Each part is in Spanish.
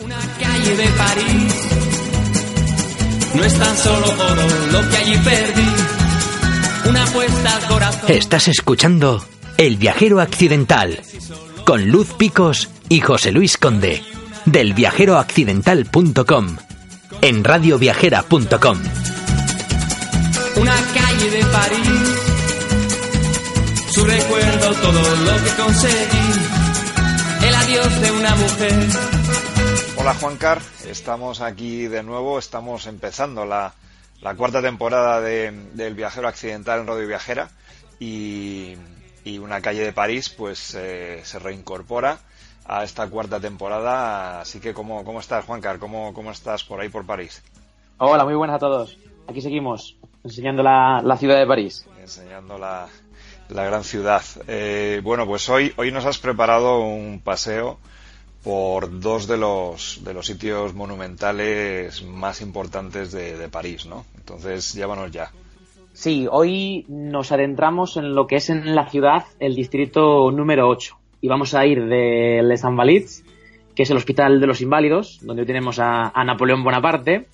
Una calle de París no es tan solo oro lo que allí perdí. Una apuesta al corazón. Estás escuchando El Viajero Accidental con Luz Picos y José Luis Conde del viajeroaccidental.com en radioviajera.com. Una calle de París, su recuerdo, todo lo que conseguí, el adiós de una mujer. Hola Juancar, estamos aquí de nuevo, estamos empezando la cuarta temporada del Viajero Accidental en Radio Viajera y Una calle de París pues se reincorpora a esta cuarta temporada, así que ¿cómo estás Juancar? ¿Cómo estás por ahí por París? Hola, muy buenas a todos, aquí seguimos enseñando la ciudad de París. Enseñando la gran ciudad. Bueno, pues hoy nos has preparado un paseo por dos de los sitios monumentales más importantes de París, ¿no? Entonces, llévanos ya. Sí, hoy nos adentramos en lo que es en la ciudad el distrito número 8. Y vamos a ir de Les Invalides, que es el Hospital de los Inválidos, donde tenemos a Napoleón Bonaparte.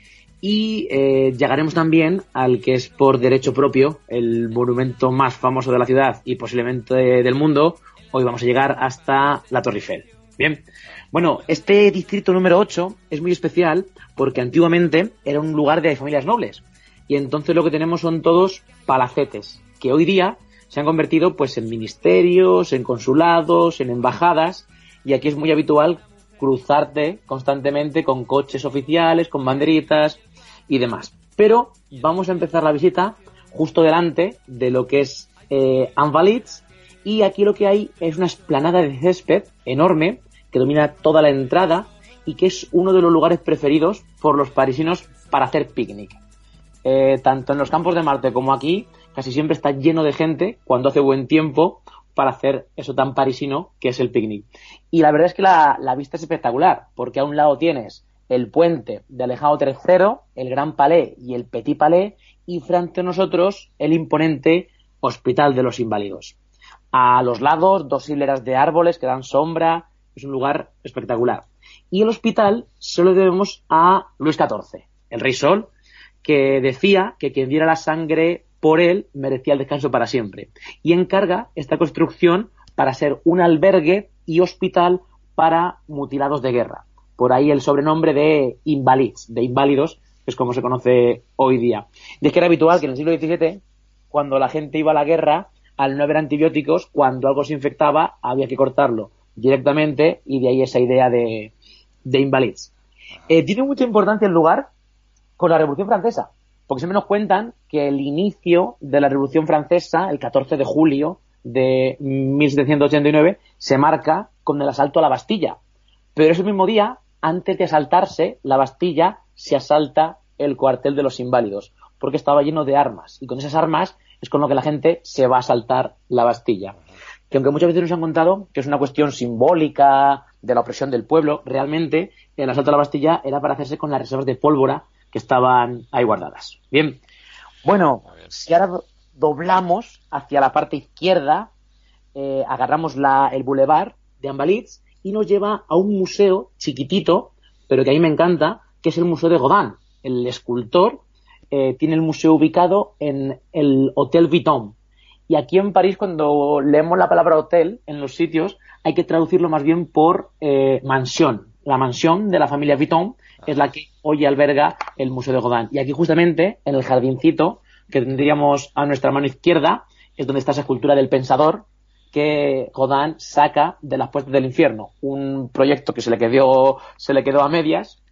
Y llegaremos también al que es por derecho propio el monumento más famoso de la ciudad y posiblemente del mundo. Hoy vamos a llegar hasta la Torre Eiffel. Bien, bueno, este distrito número 8 es muy especial porque antiguamente era un lugar de familias nobles y entonces lo que tenemos son todos palacetes que hoy día se han convertido pues en ministerios, en consulados, en embajadas, y aquí es muy habitual cruzarte constantemente con coches oficiales, con banderitas y demás. Pero vamos a empezar la visita justo delante de lo que es Invalides. Y aquí lo que hay es una explanada de césped enorme que domina toda la entrada y que es uno de los lugares preferidos por los parisinos para hacer picnic. Tanto en los Campos de Marte como aquí, casi siempre está lleno de gente cuando hace buen tiempo para hacer eso tan parisino que es el picnic. Y la verdad es que la vista es espectacular, porque a un lado tienes el puente de Alejandro III, el Gran Palais y el Petit Palais, y frente a nosotros el imponente Hospital de los Inválidos. A los lados, dos hileras de árboles que dan sombra. Es un lugar espectacular. Y el hospital se lo debemos a Luis XIV, el Rey Sol, que decía que quien diera la sangre por él merecía el descanso para siempre. Y encarga esta construcción para ser un albergue y hospital para mutilados de guerra. Por ahí el sobrenombre de Invalides, de inválidos, que es como se conoce hoy día. Y es que era habitual que en el siglo XVII, cuando la gente iba a la guerra, al no haber antibióticos, cuando algo se infectaba, había que cortarlo directamente, y de ahí esa idea de Invalides. Tiene mucha importancia el lugar con la Revolución Francesa, porque siempre nos cuentan que el inicio de la Revolución Francesa, el 14 de julio de 1789, se marca con el asalto a la Bastilla. Pero ese mismo día, antes de asaltarse la Bastilla, se asalta el cuartel de los Inválidos, porque estaba lleno de armas, y con esas armas es con lo que la gente se va a asaltar la Bastilla. Que aunque muchas veces nos han contado que es una cuestión simbólica de la opresión del pueblo, realmente el asalto a la Bastilla era para hacerse con las reservas de pólvora que estaban ahí guardadas. Bien, bueno, si ahora doblamos hacia la parte izquierda, agarramos el boulevard de Invalides y nos lleva a un museo chiquitito, pero que a mí me encanta, que es el Museo de Rodin. El escultor tiene el museo ubicado en el Hotel Vuitton. Y aquí en París, cuando leemos la palabra hotel en los sitios, hay que traducirlo más bien por mansión. La mansión de la familia Vuitton es la que hoy alberga el Museo de Rodin. Y aquí justamente, en el jardincito que tendríamos a nuestra mano izquierda, es donde está esa escultura del Pensador que Rodin saca de las puertas del infierno. Un proyecto que se le quedó a medias,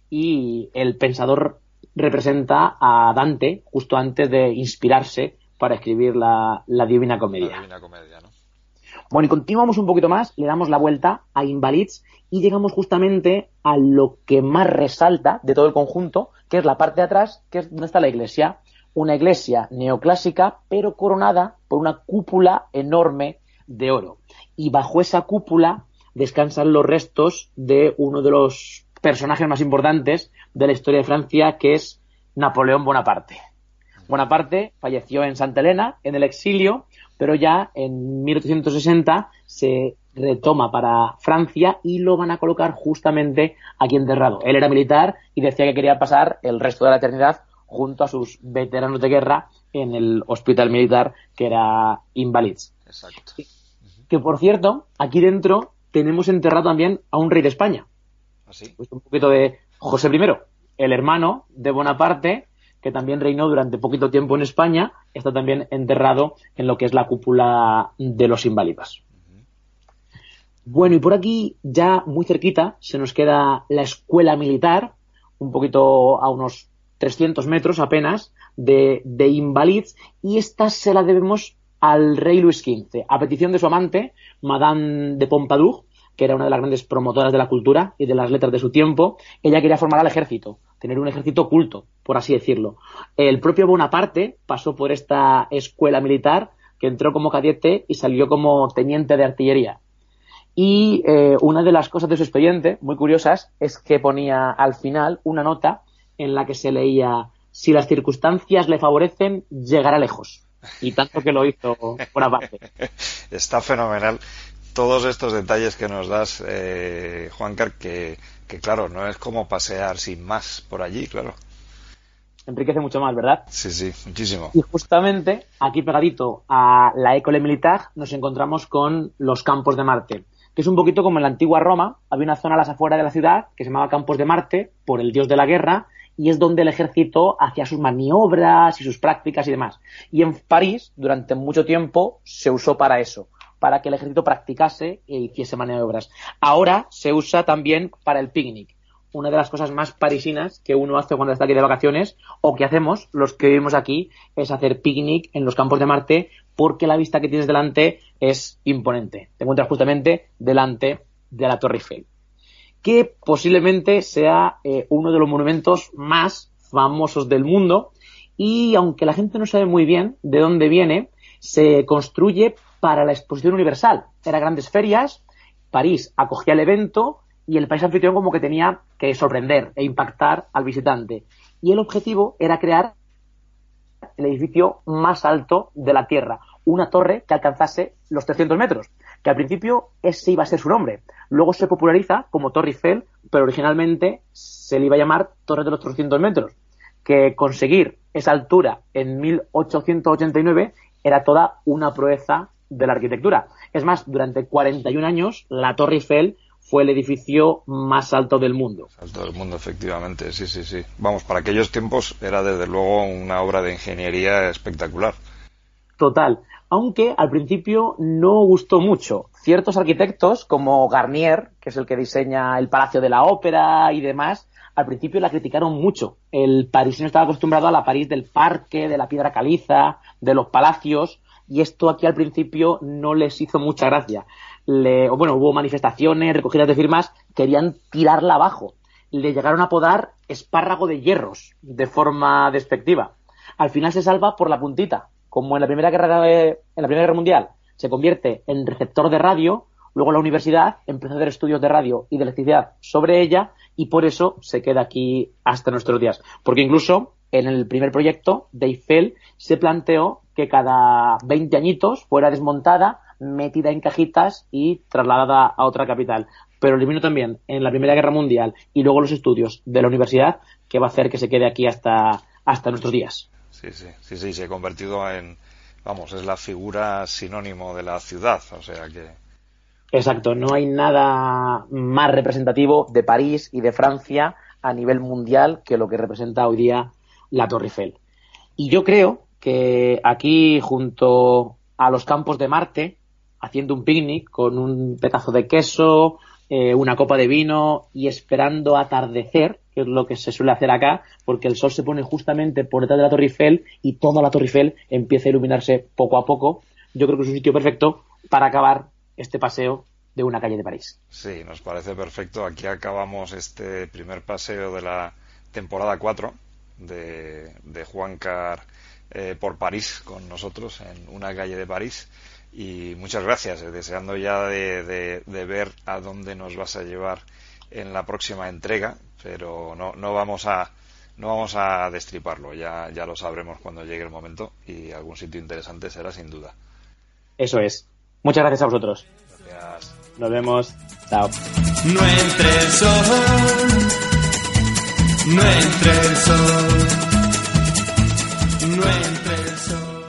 y el Pensador representa a Dante justo antes de inspirarse para escribir la Divina Comedia. La Divina Comedia, ¿no? Bueno, y continuamos un poquito más, le damos la vuelta a Invalides y llegamos justamente a lo que más resalta de todo el conjunto, que es la parte de atrás, que es donde está la iglesia. Una iglesia neoclásica, pero coronada por una cúpula enorme de oro. Y bajo esa cúpula descansan los restos de uno de los personajes más importantes de la historia de Francia, que es Napoleón Bonaparte. Bonaparte falleció en Santa Elena, en el exilio, pero ya en 1860 se retoma para Francia y lo van a colocar justamente aquí enterrado. Él era militar y decía que quería pasar el resto de la eternidad junto a sus veteranos de guerra en el hospital militar que era Invalids. Exacto. Que por cierto, aquí dentro tenemos enterrado también a un rey de España. ¿Así? Pues un poquito de José I, el hermano de Bonaparte, que también reinó durante poquito tiempo en España, está también enterrado en lo que es la cúpula de los Inválidos. Bueno, y por aquí, ya muy cerquita, se nos queda la escuela militar, un poquito a unos 300 metros apenas, de Invalids, y esta se la debemos al rey Luis XV, a petición de su amante, Madame de Pompadour, que era una de las grandes promotoras de la cultura y de las letras de su tiempo. Ella quería formar al ejército, tener un ejército culto, por así decirlo. El propio Bonaparte pasó por esta escuela militar, que entró como cadete y salió como teniente de artillería. Y una de las cosas de su expediente, muy curiosas, es que ponía al final una nota en la que se leía: si las circunstancias le favorecen, llegará lejos. Y tanto que lo hizo Bonaparte. Está fenomenal todos estos detalles que nos das, Juancar, que claro, no es como pasear sin más por allí, claro. Enriquece mucho más, ¿verdad? Sí, sí, muchísimo. Y justamente aquí pegadito a la École Militaire nos encontramos con los Campos de Marte, que es un poquito como en la antigua Roma. Había una zona a las afueras de la ciudad que se llamaba Campos de Marte por el dios de la guerra, y es donde el ejército hacía sus maniobras y sus prácticas y demás. Y en París, durante mucho tiempo, se usó para eso, para que el ejército practicase e hiciese maniobras. Ahora se usa también para el picnic. Una de las cosas más parisinas que uno hace cuando está aquí de vacaciones, o que hacemos los que vivimos aquí, es hacer picnic en los Campos de Marte, porque la vista que tienes delante es imponente. Te encuentras justamente delante de la Torre Eiffel, que posiblemente sea uno de los monumentos más famosos del mundo, y aunque la gente no sabe muy bien de dónde viene, se construye para la Exposición Universal. Eran grandes ferias, París acogía el evento y el país anfitrión como que tenía que sorprender e impactar al visitante. Y el objetivo era crear el edificio más alto de la Tierra, una torre que alcanzase los 300 metros, que al principio ese iba a ser su nombre. Luego se populariza como Torre Eiffel, pero originalmente se le iba a llamar Torre de los 300 metros, que conseguir esa altura en 1889 era toda una proeza de la arquitectura. Es más, durante 41 años la Torre Eiffel fue el edificio más alto del mundo. Alto del mundo, efectivamente, sí, sí, sí. Vamos, para aquellos tiempos era desde luego una obra de ingeniería espectacular. Total, aunque al principio no gustó mucho. Ciertos arquitectos, como Garnier, que es el que diseña el Palacio de la Ópera y demás, al principio la criticaron mucho. El parisino estaba acostumbrado a la París del parque, de la piedra caliza, de los palacios, y esto aquí al principio no les hizo mucha gracia. Hubo manifestaciones, recogidas de firmas, querían tirarla abajo. Le llegaron a apodar espárrago de hierros, de forma despectiva. Al final se salva por la puntita. Como en la Primera Guerra Mundial se convierte en receptor de radio, luego la universidad empezó a hacer estudios de radio y de electricidad sobre ella, y por eso se queda aquí hasta nuestros días. Porque incluso en el primer proyecto de Eiffel se planteó que cada 20 añitos fuera desmontada, metida en cajitas y trasladada a otra capital. Pero eliminó también en la Primera Guerra Mundial y luego los estudios de la universidad, que va a hacer que se quede aquí hasta nuestros días. Sí, se ha convertido en, es la figura sinónimo de la ciudad, o sea que... Exacto, no hay nada más representativo de París y de Francia a nivel mundial que lo que representa hoy día la Torre Eiffel. Y yo creo que aquí, junto a los Campos de Marte, haciendo un picnic con un pedazo de queso, una copa de vino y esperando atardecer, que es lo que se suele hacer acá, porque el sol se pone justamente por detrás de la Torre Eiffel y toda la Torre Eiffel empieza a iluminarse poco a poco. Yo creo que es un sitio perfecto para acabar este paseo de una calle de París. Sí, nos parece perfecto. Aquí acabamos este primer paseo de la temporada 4 de Juancar por París con nosotros en una calle de París. Y muchas gracias, deseando ya de ver a dónde nos vas a llevar en la próxima entrega, pero no vamos a destriparlo, ya lo sabremos cuando llegue el momento, y algún sitio interesante será sin duda. Eso es. Muchas gracias a vosotros. Gracias. Nos vemos. Chao. No entre el sol, no entre el sol, no entre el sol.